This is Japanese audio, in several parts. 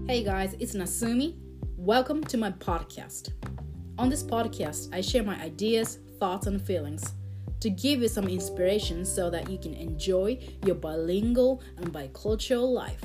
Hey guys, it's Nasumi. Welcome to my podcast. On this podcast, I share my ideas, thoughts, and feelings to give you some inspiration so that you can enjoy your bilingual and bicultural life.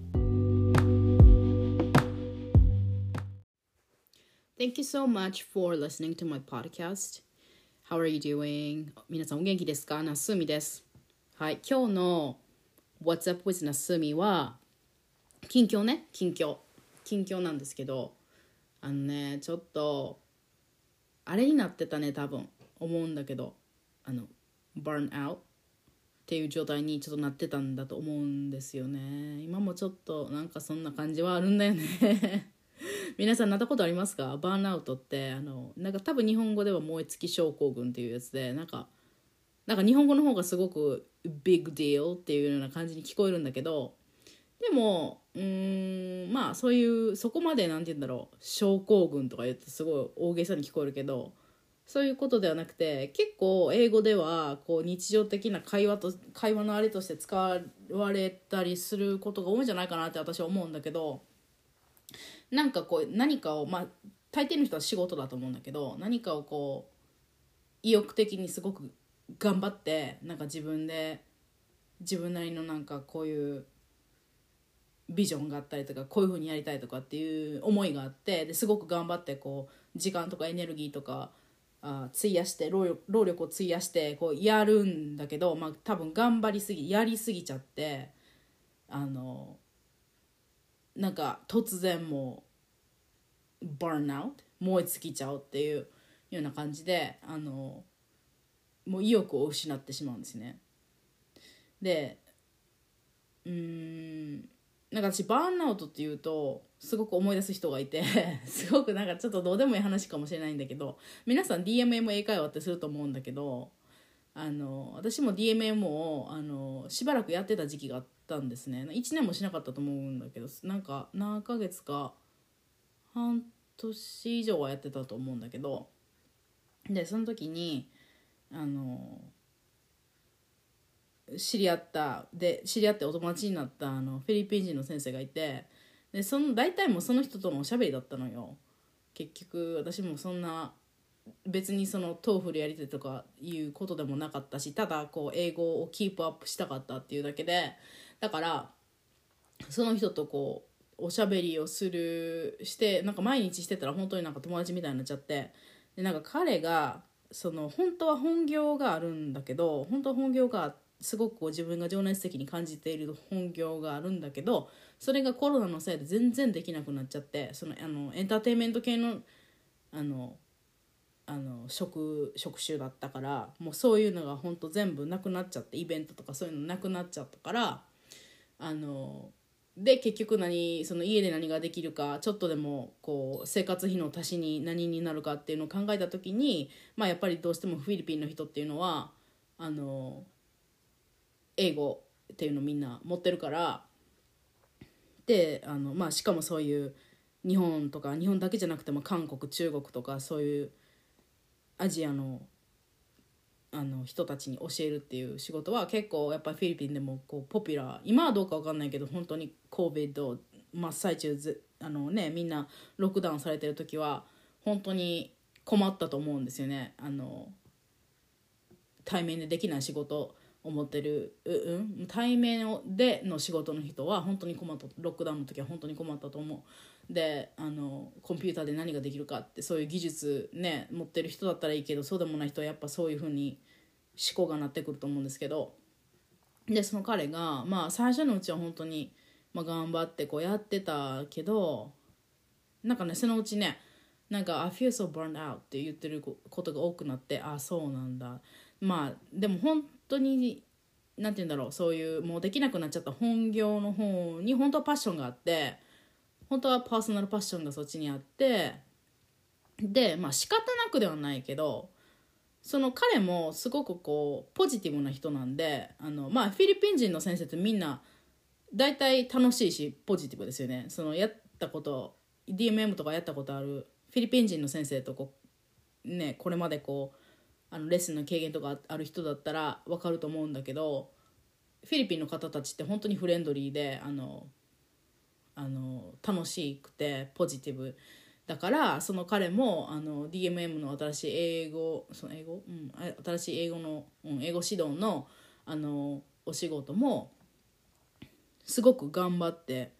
Thank you so much for listening to my podcast. How are you doing? 皆さんお元気ですか？なすみです。はい、今日の What's Up with なすみは近況なんですけど、ちょっとあれになってたね、多分思うんだけど、burn out っていう状態にちょっとなってたんだと思うんですよね。今もちょっとなんかそんな感じはあるんだよね皆さんなったことありますか？バーンアウトってなんか多分日本語では燃え尽き症候群っていうやつで、なんか日本語の方がすごくビッグディールっていうような感じに聞こえるんだけど、でもまあそういうそこまでなんて言うんだろう、症候群とか言ってすごい大げさに聞こえるけど、そういうことではなくて、結構英語ではこう日常的な会話のあれとして使われたりすることが多いんじゃないかなって私は思うんだけど、なんかこう何かを大抵の人は仕事だと思うんだけど、何かをこう意欲的にすごく頑張って、なんか自分なりのなんかこういうビジョンがあったりとか、こういう風にやりたいとかっていう思いがあって、ですごく頑張ってこう時間とかエネルギーとか費やして労力を費やしてこうやるんだけど、多分やりすぎちゃって、なんか突然もうバーンアウト、燃え尽きちゃうっていうような感じで、もう意欲を失ってしまうんですね。でなんか私バーンアウトっていうとすごく思い出す人がいてすごくなんかちょっとどうでもいい話かもしれないんだけど、皆さん DMM 英会話ってすると思うんだけど、私も DMM をしばらくやってた時期があったんですね。1年もしなかったと思うんだけど、なんか何ヶ月か半年以上はやってたと思うんだけど、でその時に知り合ってお友達になったフィリピン人の先生がいて、で大体もうその人とのおしゃべりだったのよ。結局私もそんな別にそのトーフルやりたいとかいうことでもなかったし、ただこう英語をキープアップしたかったっていうだけで、だからその人とこうおしゃべりをしてなんか毎日してたら本当になんか友達みたいになっちゃって、でなんか彼が本当は本業があるんだけど、すごくこう自分が情熱的に感じている本業があるんだけど、それがコロナのせいで全然できなくなっちゃって、エンターテインメント系の職種だったから、もうそういうのが本当全部なくなっちゃって、イベントとかそういうのなくなっちゃったから、で結局その家で何ができるか、ちょっとでもこう生活費の足しに何になるかっていうのを考えた時に、やっぱりどうしてもフィリピンの人っていうのは英語っていうのをみんな持ってるから、でしかもそういう日本だけじゃなくても韓国、中国とかそういうアジアの人たちに教えるっていう仕事は結構やっぱりフィリピンでもこうポピュラー、今はどうか分かんないけど、本当に COVID 真っ最中みんなロックダウンされてる時は本当に困ったと思うんですよね。対面でできない仕事を持ってる、対面での仕事の人は本当に困った、ロックダウンの時は本当に困ったと思う。でコンピューターで何ができるかって、そういう技術ね持ってる人だったらいいけど、そうでもない人はやっぱそういう風に思考がなってくると思うんですけど、でその彼が最初のうちは本当に頑張ってこうやってたけど、なんかねそのうちね、なんか I feel so burned out って言ってることが多くなって、そうなんだ。でも本当になんて言うんだろう、そういうもうできなくなっちゃった本業の方に本当はパッションがあって、本当はパーソナルパッションがそっちにあって、で仕方なくではないけど、その彼もすごくこうポジティブな人なんで、フィリピン人の先生ってみんな大体楽しいしポジティブですよね。やったこと DMM とかやったことあるフィリピン人の先生とこれまでレッスンの経験とかある人だったら分かると思うんだけど、フィリピンの方たちって本当にフレンドリーで楽しくてポジティブだから、その彼もDMM の新しい新しい英語の、英語指導のお仕事もすごく頑張って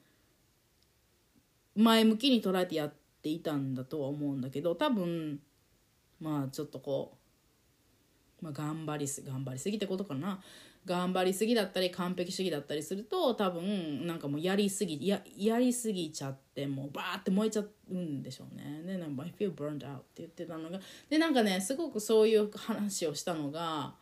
前向きに捉えてやっていたんだとは思うんだけど、多分まあちょっとこう、頑張りすぎってことかな。頑張りすぎだったり完璧主義だったりすると、多分なんかもうやりすぎちゃって、もうバーって燃えちゃうんでしょうね。でなんか I feel burned out って言ってたのが、でなんかねすごくそういう話をしたのが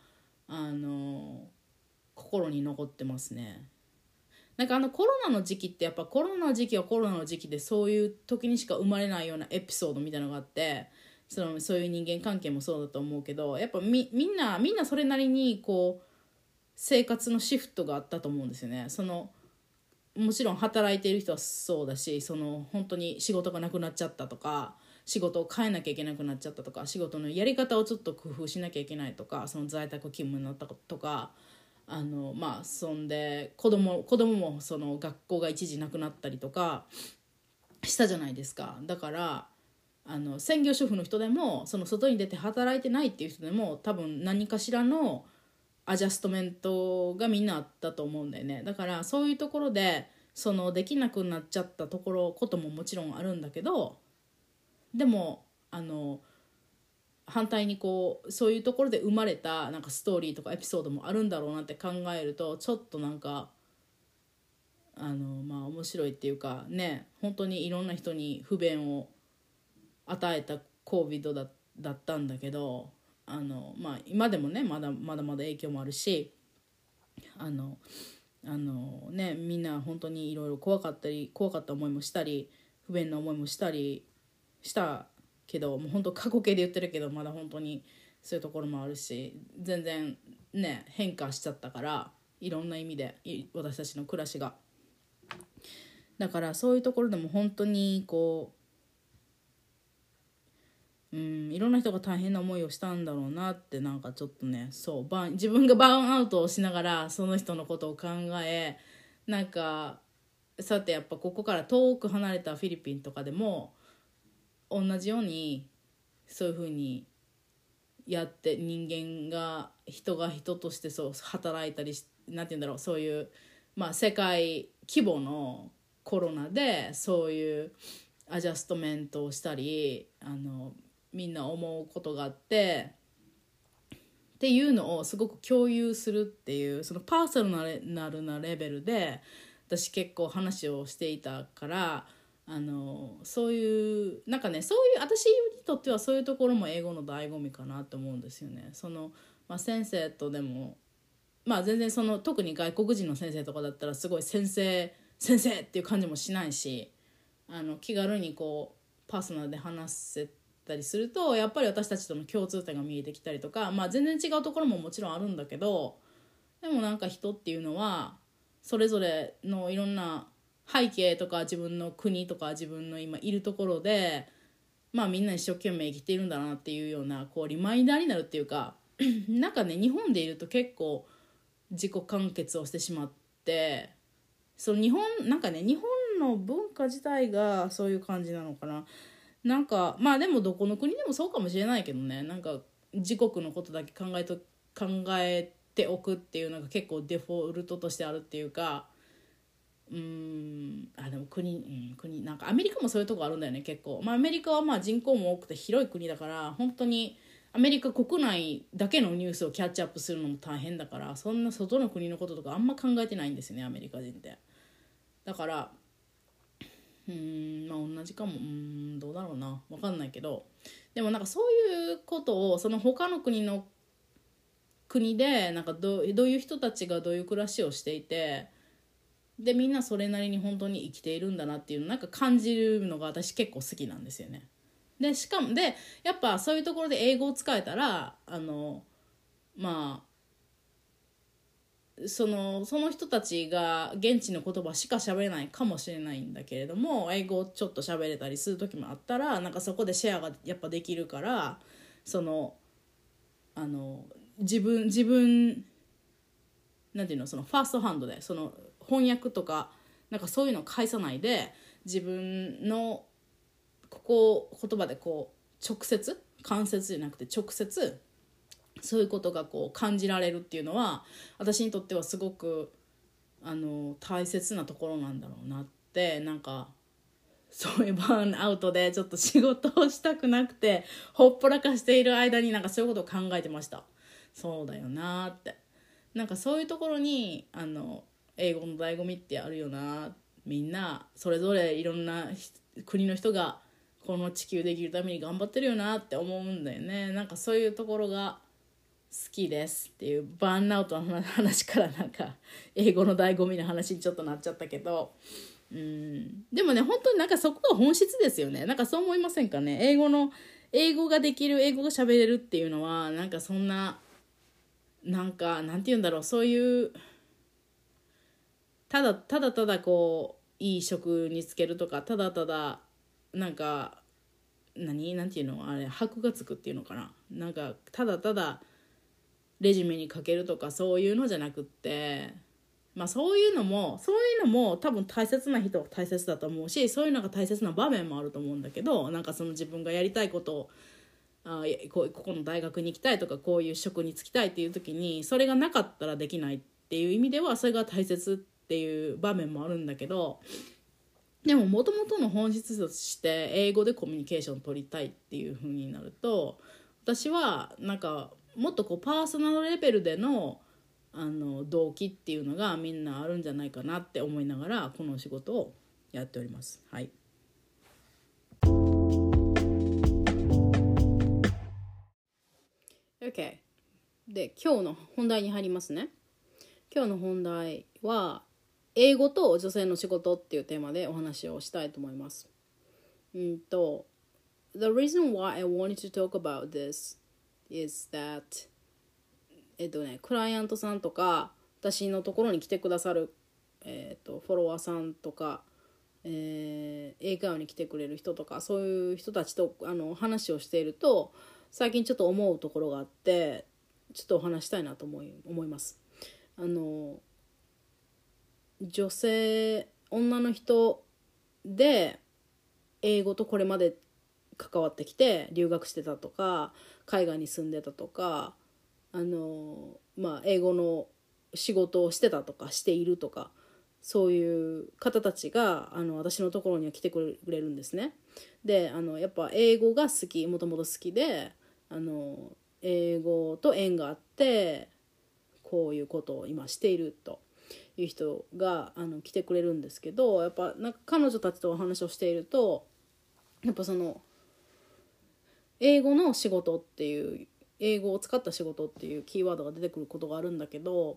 心に残ってますね。なんかコロナの時期ってやっぱコロナの時期はコロナの時期でそういう時にしか生まれないようなエピソードみたいなのがあって、そういう人間関係もそうだと思うけど、やっぱみんなそれなりにこう生活のシフトがあったと思うんですよね。もちろん働いている人はそうだし、本当に仕事がなくなっちゃったとか、仕事を変えなきゃいけなくなっちゃったとか、仕事のやり方をちょっと工夫しなきゃいけないとか、在宅勤務になったとか、そんで子供も学校が一時なくなったりとかしたじゃないですか。だから専業主婦の人でも外に出て働いてないっていう人でも多分何かしらのアジャストメントがみんなあったと思うんだよね。だからそういうところでできなくなっちゃったことももちろんあるんだけど、でも反対にそういうところで生まれたなんかストーリーとかエピソードもあるんだろうなって考えると、ちょっとなんか面白いっていうかね、本当にいろんな人に不便を与えた COVID だったんだけど、今でもねまだ影響もあるし、みんな本当にいろいろ怖かった思いもしたり不便な思いもしたけど、もう本当過去形で言ってるけど、まだ本当にそういうところもあるし、全然ね変化しちゃったから、いろんな意味で私たちの暮らしが。だからそういうところでも本当にいろんな人が大変な思いをしたんだろうなって、なんかちょっとね、自分がバーンアウトをしながらその人のことを考え、なんかさてやっぱここから遠く離れたフィリピンとかでも同じようにそういう風にやって人が人として働いたりなんて言うんだろう、そういう世界規模のコロナでそういうアジャストメントをしたりみんな思うことがあっていうのをすごく共有するっていう、パーソナルなレベルで私結構話をしていたから、そういうなんかね、そういう私にとってはそういうところも英語の醍醐味かなと思うんですよね。先生とでも全然特に外国人の先生とかだったらすごい先生っていう感じもしないし、気軽にパーソナルで話せたりすると、やっぱり私たちとの共通点が見えてきたりとか、全然違うところももちろんあるんだけど、でもなんか人っていうのはそれぞれのいろんな背景とか自分の国とか自分の今いるところでみんな一生懸命生きているんだなっていうようなリマインダーになるっていうかなんかね、日本でいると結構自己完結をしてしまって、日本の文化自体がそういう感じなのかな。なんかでもどこの国でもそうかもしれないけどね、なんか自国のことだけ考えておくっていうのが結構デフォルトとしてあるっていうか、でも国なんかアメリカもそういうとこあるんだよね結構。アメリカは人口も多くて広い国だから、本当にアメリカ国内だけのニュースをキャッチアップするのも大変だから、そんな外の国のこととかあんま考えてないんですよね、アメリカ人って。だから同じかも、どうだろうな、分かんないけど、でもなんかそういうことを他の国でなんかどういう人たちがどういう暮らしをしていて、でみんなそれなりに本当に生きているんだなっていうのをなんか感じるのが私結構好きなんですよね。でしかもやっぱそういうところで英語を使えたらその人たちが現地の言葉しか喋れないかもしれないんだけれども、英語をちょっと喋れたりする時もあったら、なんかそこでシェアがやっぱできるから、自分なんていうの、ファーストハンドで翻訳とかなんかそういうのを返さないで、自分のここを言葉でこう直接、間接じゃなくて直接そういうことがこう感じられるっていうのは、私にとってはすごく大切なところなんだろうなって、なんかそういうバーンアウトでちょっと仕事をしたくなくてほっぽらかしている間に、なんかそういうことを考えてました。そうだよなって、なんかそういうところに英語の醍醐味ってあるよな。みんなそれぞれいろんな国の人がこの地球で生きるために頑張ってるよなって思うんだよね。なんかそういうところが好きですっていう、バーンアウトの話からなんか英語の醍醐味の話にちょっとなっちゃったけど、でもね、本当になんかそこが本質ですよね。なんかそう思いませんかね。英語ができる、英語が喋れるっていうのは、なんかそんな、なんかなんて言うんだろう、そういうただこういい職につけるとか、ただなんかなんていうの、あれ箔がつくっていうのかな、なんかただレジュメにかけるとか、そういうのじゃなくって、まあそういうのも多分大切な人は大切だと思うし、そういうのが大切な場面もあると思うんだけど、なんかその自分がやりたいことをここの大学に行きたいとか、こういう職に就きたいっていう時にそれがなかったらできないっていう意味では、それが大切っていう場面もあるんだけど、でも元々の本質として英語でコミュニケーションを取りたいっていう風になると、私はなんかもっとこうパーソナルレベルでの動機っていうのがみんなあるんじゃないかなって思いながら、この仕事をやっております。はい。OK。で、今日の本題に入りますね。今日の本題は英語と女性の仕事っていうテーマでお話をしたいと思います。The reason why I wanted to talk about this is that クライアントさんとか私のところに来てくださる、フォロワーさんとか、英会話に来てくれる人とか、そういう人たちと話をしていると、最近ちょっと思うところがあって、ちょっとお話したいなと思います。女性、女の人で英語とこれまで関わってきて留学してたとか、海外に住んでたとか、英語の仕事をしてたとかしているとか、そういう方たちが私のところには来てくれるんですね。でやっぱ英語が好き、もともと好きで英語と縁があってこういうことを今しているという人が来てくれるんですけど、やっぱなんか彼女たちとお話をしていると、やっぱその英語の仕事っていう、英語を使った仕事っていうキーワードが出てくることがあるんだけど、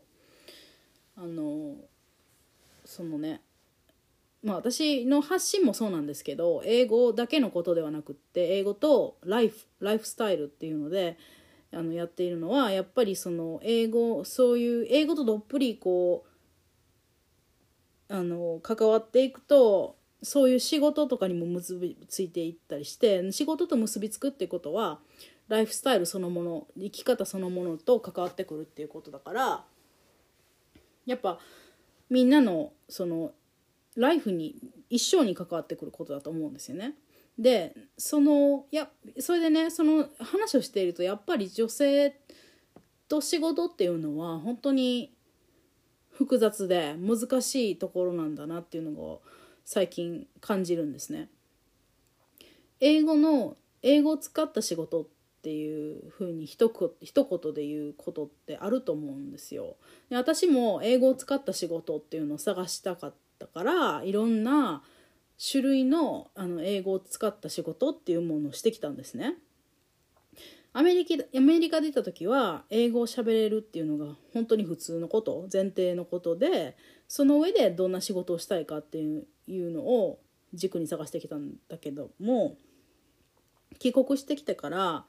そのね、私の発信もそうなんですけど、英語だけのことではなくって、英語とライフスタイルっていうのでやっているのは、やっぱりそのそういう英語とどっぷりこう関わっていくと、そういう仕事とかにも結びついていったりして、仕事と結びつくってことはライフスタイルそのもの、生き方そのものと関わってくるっていうことだから、やっぱみんなのそのライフに一生に関わってくることだと思うんですよね。でそれでね、その話をしていると、やっぱり女性と仕事っていうのは本当に複雑で難しいところなんだなっていうのを最近感じるんですね。英語を使った仕事っていう風に一言で言うことってあると思うんですよ。で私も英語を使った仕事っていうのを探したかったから、いろんな種類の英語を使った仕事っていうものをしてきたんですね。アメリカでいた時は英語を喋れるっていうのが本当に普通のこと、前提のことで、その上でどんな仕事をしたいかっていうのを軸に探してきたんだけども、帰国してきてから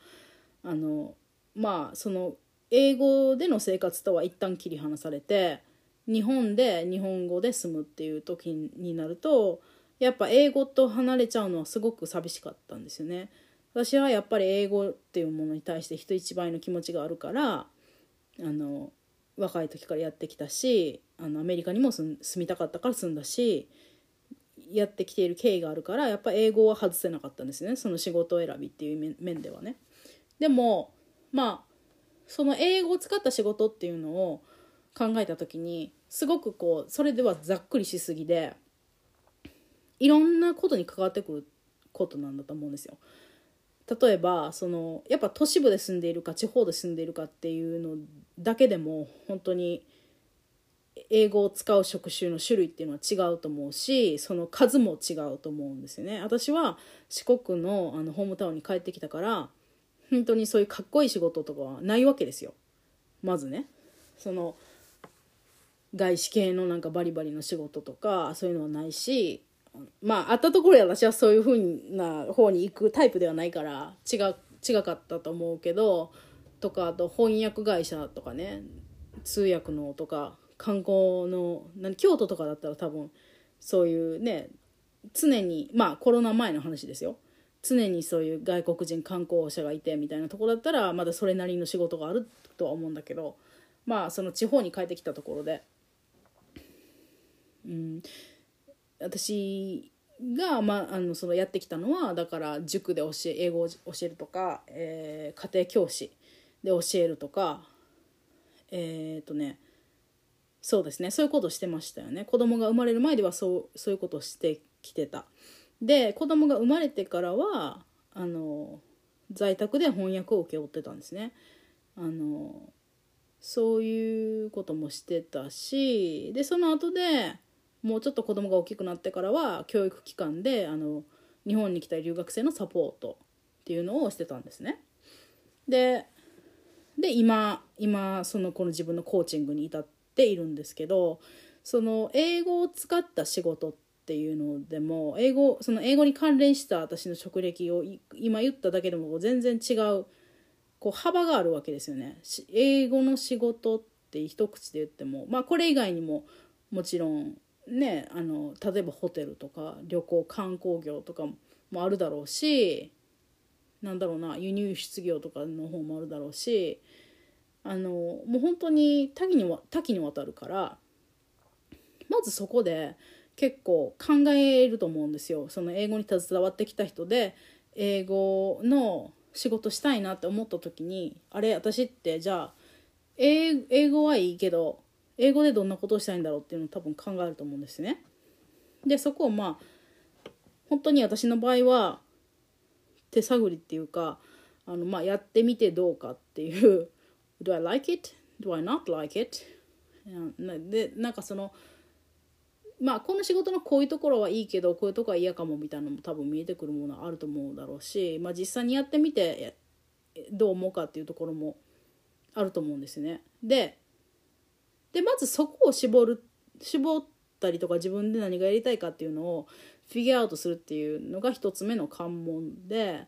その英語での生活とは一旦切り離されて、日本で日本語で住むっていう時になると、やっぱ英語と離れちゃうのはすごく寂しかったんですよね。私はやっぱり英語っていうものに対して人一倍の気持ちがあるから、 若い時からやってきたし、アメリカにも住みたかったから住んだし、やってきている経緯があるから、やっぱ英語は外せなかったんですね、その仕事選びっていう面ではね。でもまあその英語を使った仕事っていうのを考えた時に、すごくこうそれではざっくりしすぎで、いろんなことに関わってくることなんだと思うんですよ。例えばやっぱ都市部で住んでいるか地方で住んでいるかっていうのだけでも本当に英語を使う職種の種類っていうのは違うと思うし、その数も違うと思うんですよね。私は四国のホームタウンに帰ってきたから、本当にそういうかっこいい仕事とかはないわけですよ。まずね、外資系のなんかバリバリの仕事とかそういうのはないし、まああったところで私はそういう風な方に行くタイプではないから違かったと思うけど、とか、あと翻訳会社とかね、通訳のとか観光の京都とかだったら多分そういうね、常にまあコロナ前の話ですよ、常にそういう外国人観光者がいてみたいなところだったらまだそれなりの仕事があるとは思うんだけど、まあその地方に帰ってきたところで、私が、そのやってきたのは、だから塾で英語を教えるとか、家庭教師で教えるとか、そうですね、そういうことをしてましたよね。子供が生まれる前ではそういうことをしてきてた。で子供が生まれてからは在宅で翻訳を請け負ってたんですね。そういうこともしてたし、でその後でもうちょっと子供が大きくなってからは教育機関で日本に来た留学生のサポートっていうのをしてたんですね。で今この自分のコーチングに至っているんですけど、その英語を使った仕事っていうのでも、英語に関連した私の職歴を今言っただけでも全然違うこう幅があるわけですよね。英語の仕事って一口で言っても、まあこれ以外にももちろんね、例えばホテルとか旅行観光業とかもあるだろうし、なんだろうな、輸入出業とかの方もあるだろうし、もう本当に多岐にわたるから、まずそこで結構考えると思うんですよ。その英語に携わってきた人で英語の仕事したいなって思った時に、あれ私ってじゃあ英語はいいけど英語でどんなことをしたいんだろうっていうのを多分考えると思うんですね。でそこをまあ本当に私の場合は手探りっていうか、やってみてどうかっていう Do I like it? Do I not like it? でなんかこの仕事のこういうところはいいけどこういうところは嫌かもみたいなのも多分見えてくるものはあると思うだろうし、実際にやってみてどう思うかっていうところもあると思うんですね。でまずそこを絞ったりとか、自分で何がやりたいかっていうのをフィギュアアウトするっていうのが一つ目の関門で、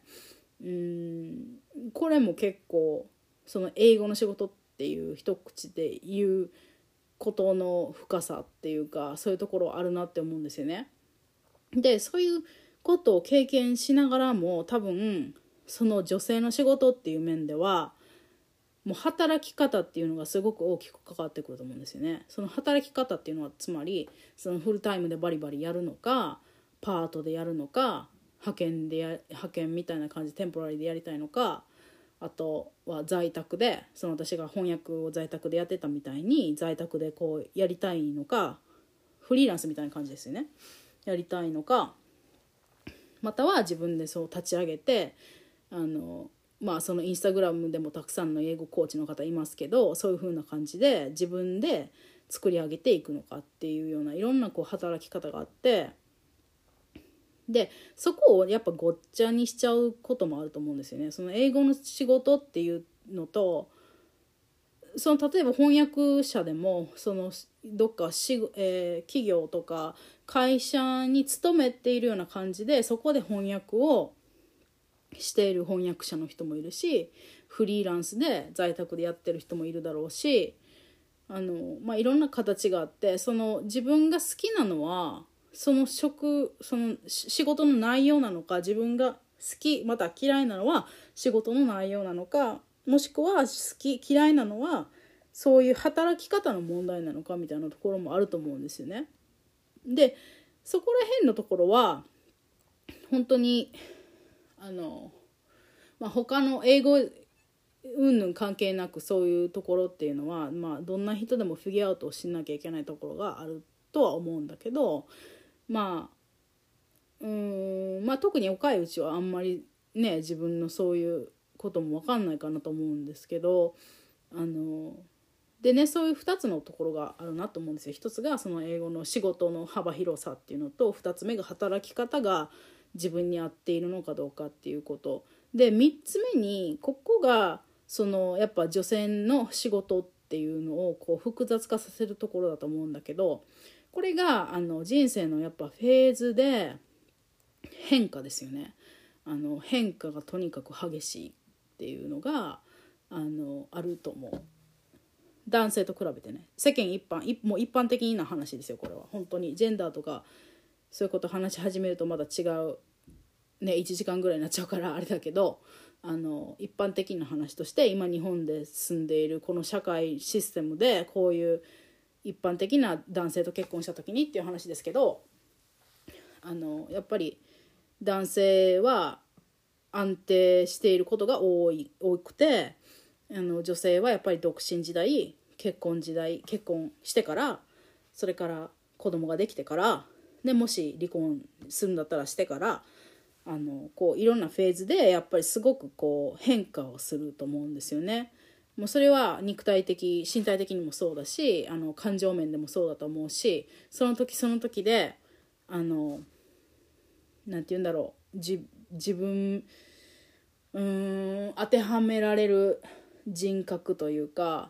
これも結構その英語の仕事っていう一口で言うことの深さっていうか、そういうところあるなって思うんですよね。でそういうことを経験しながらも、多分その女性の仕事っていう面ではもう働き方っていうのがすごく大きく関わってくると思うんですよね。その働き方っていうのはつまりそのフルタイムでバリバリやるのか、パートでやるのか、派遣みたいな感じでテンポラリーでやりたいのか、あとは在宅で私が翻訳を在宅でやってたみたいに在宅でこうやりたいのか、フリーランスみたいな感じですよね、やりたいのか、または自分でそう立ち上げてそのインスタグラムでもたくさんの英語コーチの方いますけど、そういう風な感じで自分で作り上げていくのかっていうようないろんなこう働き方があって、でそこをやっぱごっちゃにしちゃうこともあると思うんですよね。その英語の仕事っていうのと、例えば翻訳者でもどっか企業とか会社に勤めているような感じで、そこで翻訳をしている翻訳者の人もいるし、フリーランスで在宅でやってる人もいるだろうし、いろんな形があって、自分が好きなのはその仕事の内容なのか、自分が好きまた嫌いなのは仕事の内容なのか、もしくは好き嫌いなのはそういう働き方の問題なのかみたいなところもあると思うんですよね。でそこら辺のところは本当に他の英語うんぬん関係なくそういうところっていうのは、どんな人でもフィギュアアウトをしなきゃいけないところがあるとは思うんだけど、特に若いうちはあんまりね自分のそういうことも分かんないかなと思うんですけど、でねそういう2つのところがあるなと思うんですよ。一つがその英語の仕事の幅広さっていうのと、2つ目が働き方が自分に合っているのかどうかっていうことで、3つ目にここがそのやっぱ女性の仕事っていうのをこう複雑化させるところだと思うんだけど、これが人生のやっぱフェーズで変化ですよね。変化がとにかく激しいっていうのがあると思う。男性と比べてね、世間もう一般的な話ですよ。これは本当にジェンダーとかそういうこと話し始めるとまだ違うね、1時間ぐらいになっちゃうからあれだけど、一般的な話として今日本で住んでいるこの社会システムでこういう一般的な男性と結婚した時にっていう話ですけど、やっぱり男性は安定していることが多くて、女性はやっぱり独身時代、結婚してから、それから子供ができてからで、もし離婚するんだったらしてから、こういろんなフェーズでやっぱりすごくこう変化をすると思うんですよね。もうそれは肉体的身体的にもそうだし、感情面でもそうだと思うし、その時その時でなんて言うんだろう、自分当てはめられる人格というか、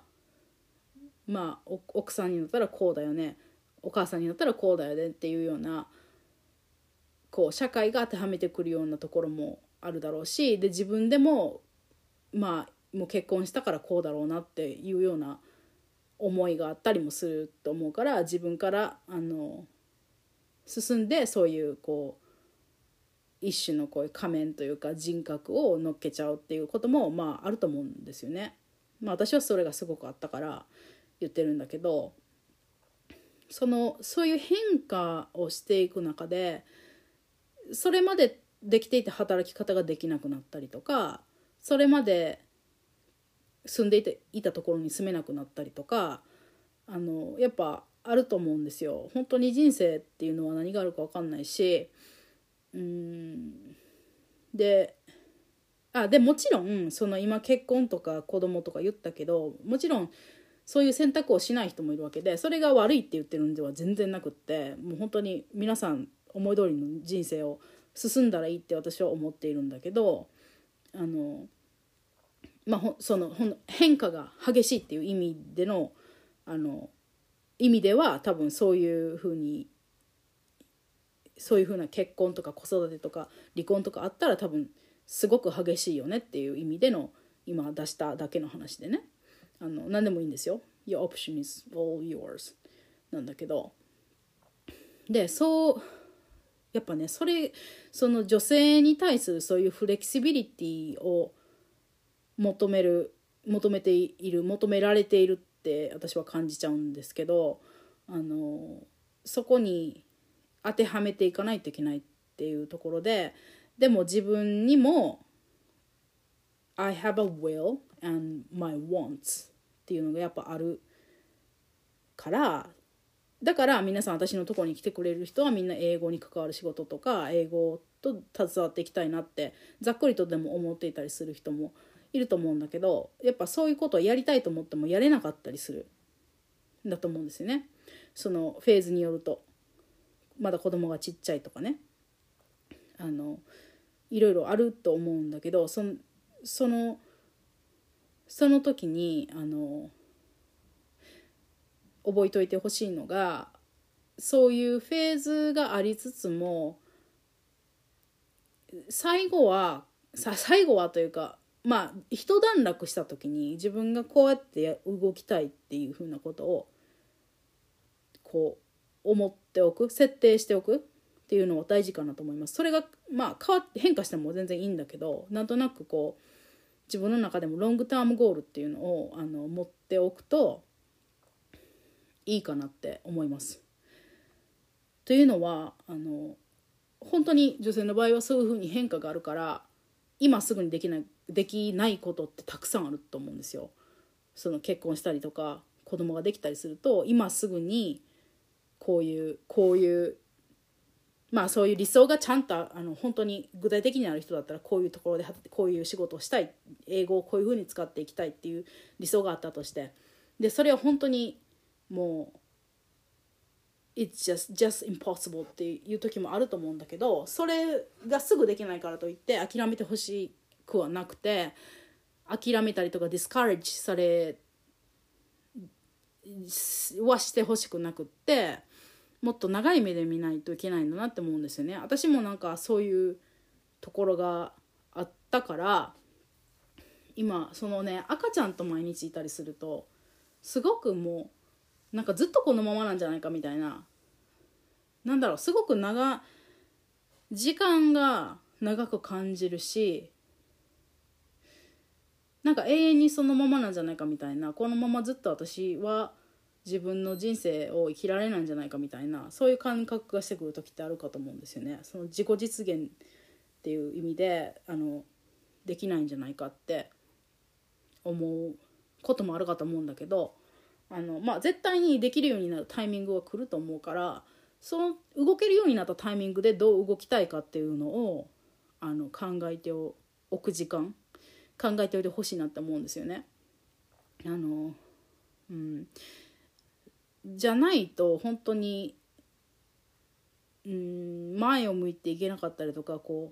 奥さんになったらこうだよね、お母さんになったらこうだよねっていうような、こう社会が当てはめてくるようなところもあるだろうし、で自分でももう結婚したからこうだろうなっていうような思いがあったりもすると思うから、自分から進んでそういうこう一種のこういう仮面というか人格を乗っけちゃうっていうこともあると思うんですよね。私はそれがすごくあったから言ってるんだけど、そういう変化をしていく中で、それまでできていた働き方ができなくなったりとか、それまで住んでいたところに住めなくなったりとか、やっぱあると思うんですよ。本当に人生っていうのは何があるか分かんないし、でもちろんその今結婚とか子供とか言ったけど、もちろんそういう選択をしない人もいるわけで、それが悪いって言ってるんでは全然なくって、もう本当に皆さん思い通りの人生を進んだらいいって私は思っているんだけど、変化が激しいっていう意味では多分そういうふうな結婚とか子育てとか離婚とかあったら多分すごく激しいよねっていう意味での今出しただけの話でね、何でもいいんですよ。 Your option is all yours なんだけど、でやっぱね、その女性に対するそういうフレキシビリティを求められているって私は感じちゃうんですけど、そこに当てはめていかないといけないっていうところで、でも自分にも I have a will and my wants っていうのがやっぱあるから、だから皆さん私のところに来てくれる人はみんな英語に関わる仕事とか英語と携わっていきたいなってざっくりとでも思っていたりする人もいると思うんだけど、やっぱそういうことをやりたいと思ってもやれなかったりするんだと思うんですよね。そのフェーズによると、まだ子供がちっちゃいとかね、いろいろあると思うんだけど、その時に覚えておいてほしいのが、そういうフェーズがありつつも最後はというか、一段落した時に自分がこうやって動きたいっていうふうなことをこう思っておく、設定しておくっていうのは大事かなと思います。それが変化しても全然いいんだけど、なんとなくこう自分の中でもロングタームゴールっていうのを持っっておくといいかなって思います。というのは本当に女性の場合はそういうふうに変化があるから今すぐにできないことってたくさんあると思うんですよ。その結婚したりとか子供ができたりすると今すぐにこういうまあそういう理想がちゃんと本当に具体的にある人だったらこういうところでこういう仕事をしたい、英語をこういうふうに使っていきたいっていう理想があったとして、でそれは本当にもう It's just impossible っていう時もあると思うんだけど、それがすぐできないからといって諦めてほしくはなくて、諦めたりとかディスカレッジされはしてほしくなくって、もっと長い目で見ないといけないんだなって思うんですよね。私もなんかそういうところがあったから今そのね赤ちゃんと毎日いたりするとすごくもうなんかずっとこのままなんじゃないかみたいな、なんだろう、すごく時間が長く感じるし、なんか永遠にそのままなんじゃないかみたいな、このままずっと私は自分の人生を生きられないんじゃないかみたいな、そういう感覚がしてくる時ってあるかと思うんですよね。その自己実現っていう意味でできないんじゃないかって思うこともあるかと思うんだけど、絶対にできるようになるタイミングは来ると思うから、その動けるようになったタイミングでどう動きたいかっていうのを考えておく時間考えておいてほしいなって思うんですよね。じゃないと本当に前を向いていけなかったりとか、こ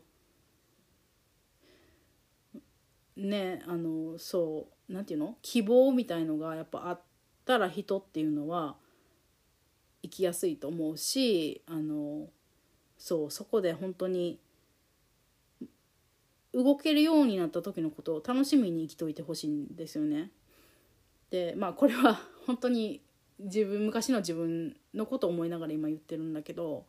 うねそうなんていうの、希望みたいのがやっぱあったら人っていうのは生きやすいと思うし、そこで本当に動けるようになった時のことを楽しみに生きといてほしいんですよね。でこれは本当に昔の自分のことを思いながら今言ってるんだけど、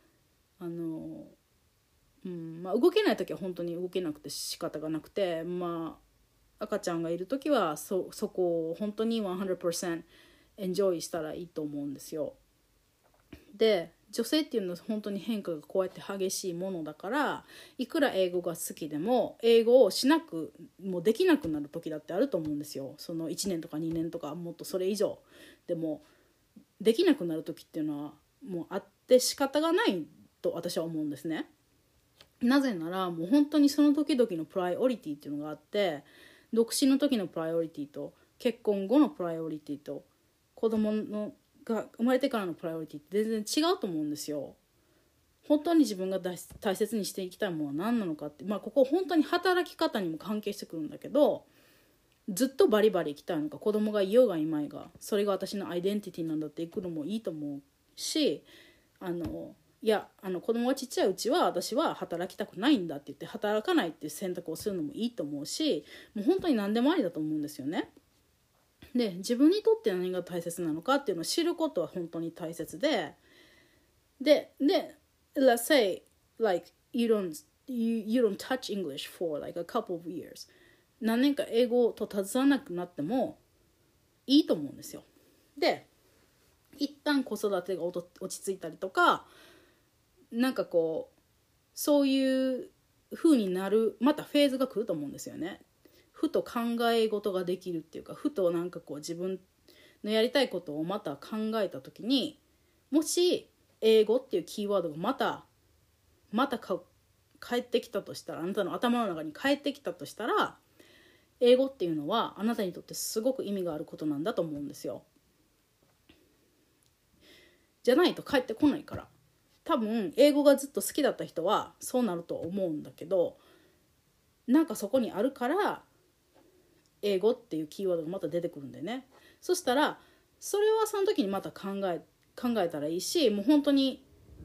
動けない時は本当に動けなくて仕方がなくて、赤ちゃんがいる時はそこを本当に 100% エンジョイしたらいいと思うんですよ。で女性っていうのは本当に変化がこうやって激しいものだから、いくら英語が好きでも英語をもうできなくなる時だってあると思うんですよ。その1年とか2年とかもっとそれ以上でもできなくなる時っていうのはもうあって仕方がないと私は思うんですね。なぜならもう本当にその時々のプライオリティっていうのがあって、独身の時のプライオリティと結婚後のプライオリティと子供が生まれてからのプライオリティって全然違うと思うんですよ。本当に自分が大切にしていきたいものは何なのかって、ここ本当に働き方にも関係してくるんだけど、ずっとバリバリ生きたいのか、子供がいようがいまいがそれが私のアイデンティティなんだっていくのもいいと思うし、子供がちっちゃいうちは私は働きたくないんだって言って働かないっていう選択をするのもいいと思うし、もう本当に何でもありだと思うんですよね。で自分にとって何が大切なのかっていうのを知ることは本当に大切で、let's say like you don't touch English for like a couple of years、 何年か英語と携わらなくなってもいいと思うんですよ。で一旦子育てが落ち着いたりとか、なんかこうそういう風になるまたフェーズが来ると思うんですよね。ふと考え事ができるっていうか、ふとなんかこう自分のやりたいことをまた考えた時に、もし英語っていうキーワードがまた帰ってきたとしたら、あなたの頭の中に帰ってきたとしたら、英語っていうのはあなたにとってすごく意味があることなんだと思うんですよ。じゃないと帰ってこないから。多分英語がずっと好きだった人はそうなると思うんだけど、なんかそこにあるから英語っていうキーワードがまた出てくるんでね。そしたらそれはその時にまた考えたらいいし、もう本当に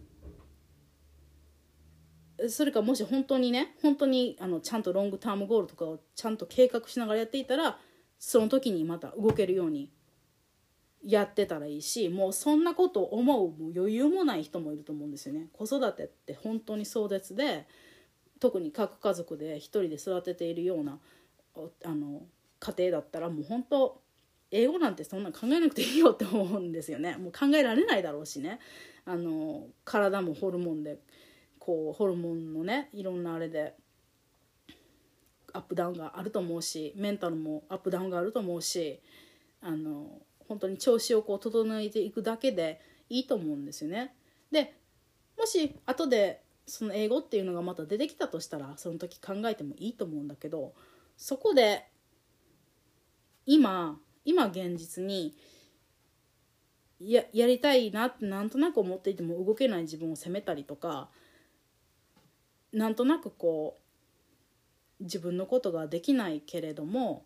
それか、もし本当にちゃんとロングタームゴールとかをちゃんと計画しながらやっていたら、その時にまた動けるようにやってたらいいし、もうそんなことを思う余裕もない人もいると思うんですよね。子育てって本当に壮絶で、特に各家族で一人で育てているような家庭だったらもう本当英語なんてそんな考えなくていいよって思うんですよね。もう考えられないだろうしね。体もホルモンでこうホルモンのねいろんなあれでアップダウンがあると思うし、メンタルもアップダウンがあると思うし、本当に調子をこう整えていくだけでいいと思うんですよね。でもし後でその英語っていうのがまた出てきたとしたらその時考えてもいいと思うんだけど、そこで今現実にやりたいなってなんとなく思っていても動けない自分を責めたりとか、なんとなくこう自分のことができないけれども、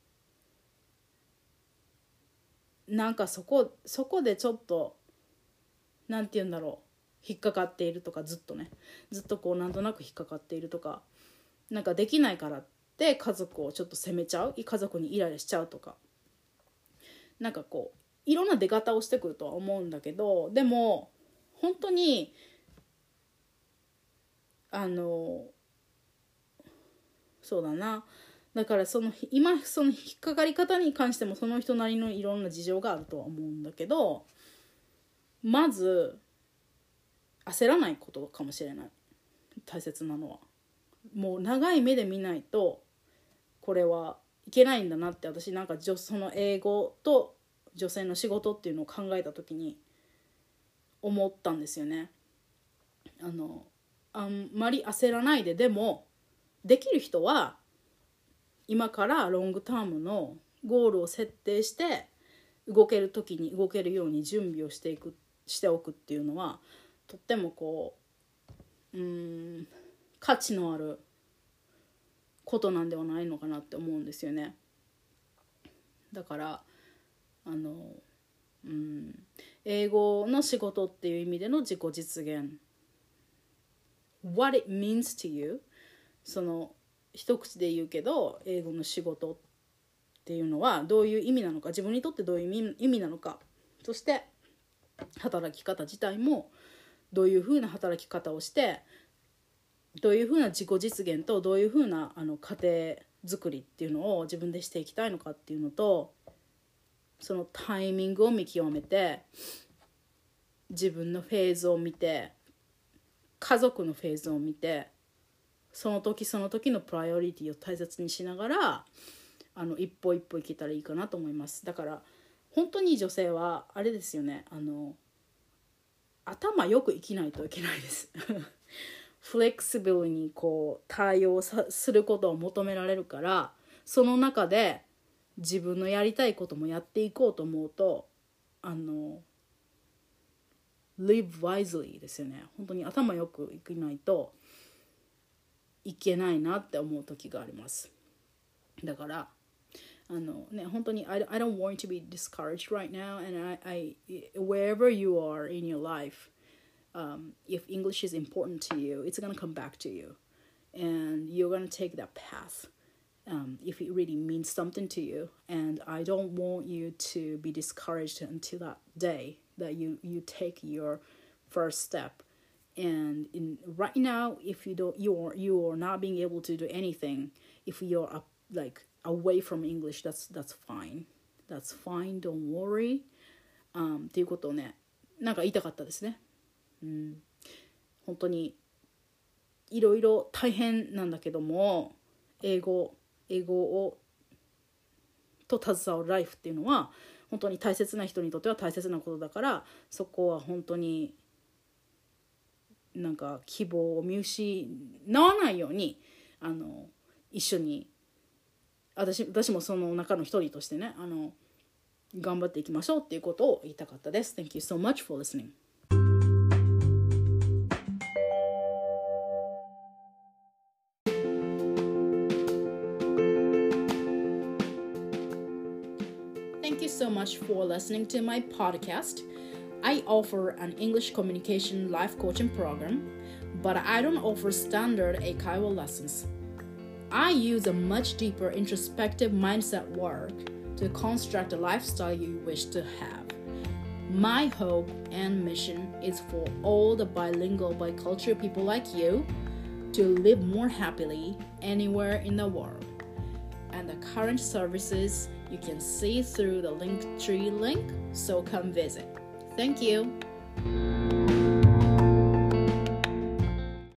なんかそこでちょっとなんて言うんだろう、引っかかっているとか、ずっとこうなんとなく引っかかっているとか、なんかできないからって家族をちょっと責めちゃう、家族にイライラしちゃうとか、なんかこういろんな出方をしてくるとは思うんだけど、でも本当にそうだな、だから今その引っかかり方に関してもその人なりのいろんな事情があるとは思うんだけど、まず焦らないことかもしれない。大切なのはもう長い目で見ないとこれはいけないんだなって、私なんかその英語と女性の仕事っていうのを考えた時に思ったんですよね。あんまり焦らないで、でもできる人は今からロングタームのゴールを設定して動ける時に動けるように準備をしておくっていうのはとってもこう価値のあることなんではないのかなって思うんですよね。だから英語の仕事っていう意味での自己実現 What it means to you、 その一口で言うけど英語の仕事っていうのはどういう意味なのか、自分にとってどういう意味なのか、そして働き方自体もどういうふうな働き方をしてどういうふうな自己実現とどういうふうな家庭作りっていうのを自分でしていきたいのかっていうのと、そのタイミングを見極めて自分のフェーズを見て家族のフェーズを見てその時その時のプライオリティを大切にしながら一歩一歩いけたらいいかなと思います。だから本当に女性はあれですよね、頭よく生きないといけないですフレキシブルにこう対応することを求められるから、その中で自分のやりたいこともやっていこうと思うとlive wisely ですよね。本当に頭よく生きないといけないなって思う時があります。だから本当に I don't want to be discouraged right now, and I wherever you are in your life, if English is important to you, it's gonna come back to you, and you're gonna take that path, if it really means something to you. And I don't want you to be discouraged until that day that you take your first step. And right now, if you are not being able to do anything, if you're away from English, that's fine. That's fine. Don't worry. っていうことをね、なんか言いたかったですね。本当にいろいろ大変なんだけども、英語をと携わるライフっていうのは本当に大切な人にとっては大切なことだから、そこは本当になんか希望を見失わないように一緒に私もその中の一人としてね頑張っていきましょうっていうことを言いたかったです。 Thank you so much for listening. Thank you so much for listening to my podcast. I offer an English communication life coaching program, but I don't offer standard Eikaiwa lessons. I use a much deeper introspective mindset work to construct the lifestyle you wish to have. My hope and mission is for all the bilingual, bicultural people like you to live more happily anywhere in the world. and the current services you can see through the Linktree link, so come visit. Thank you.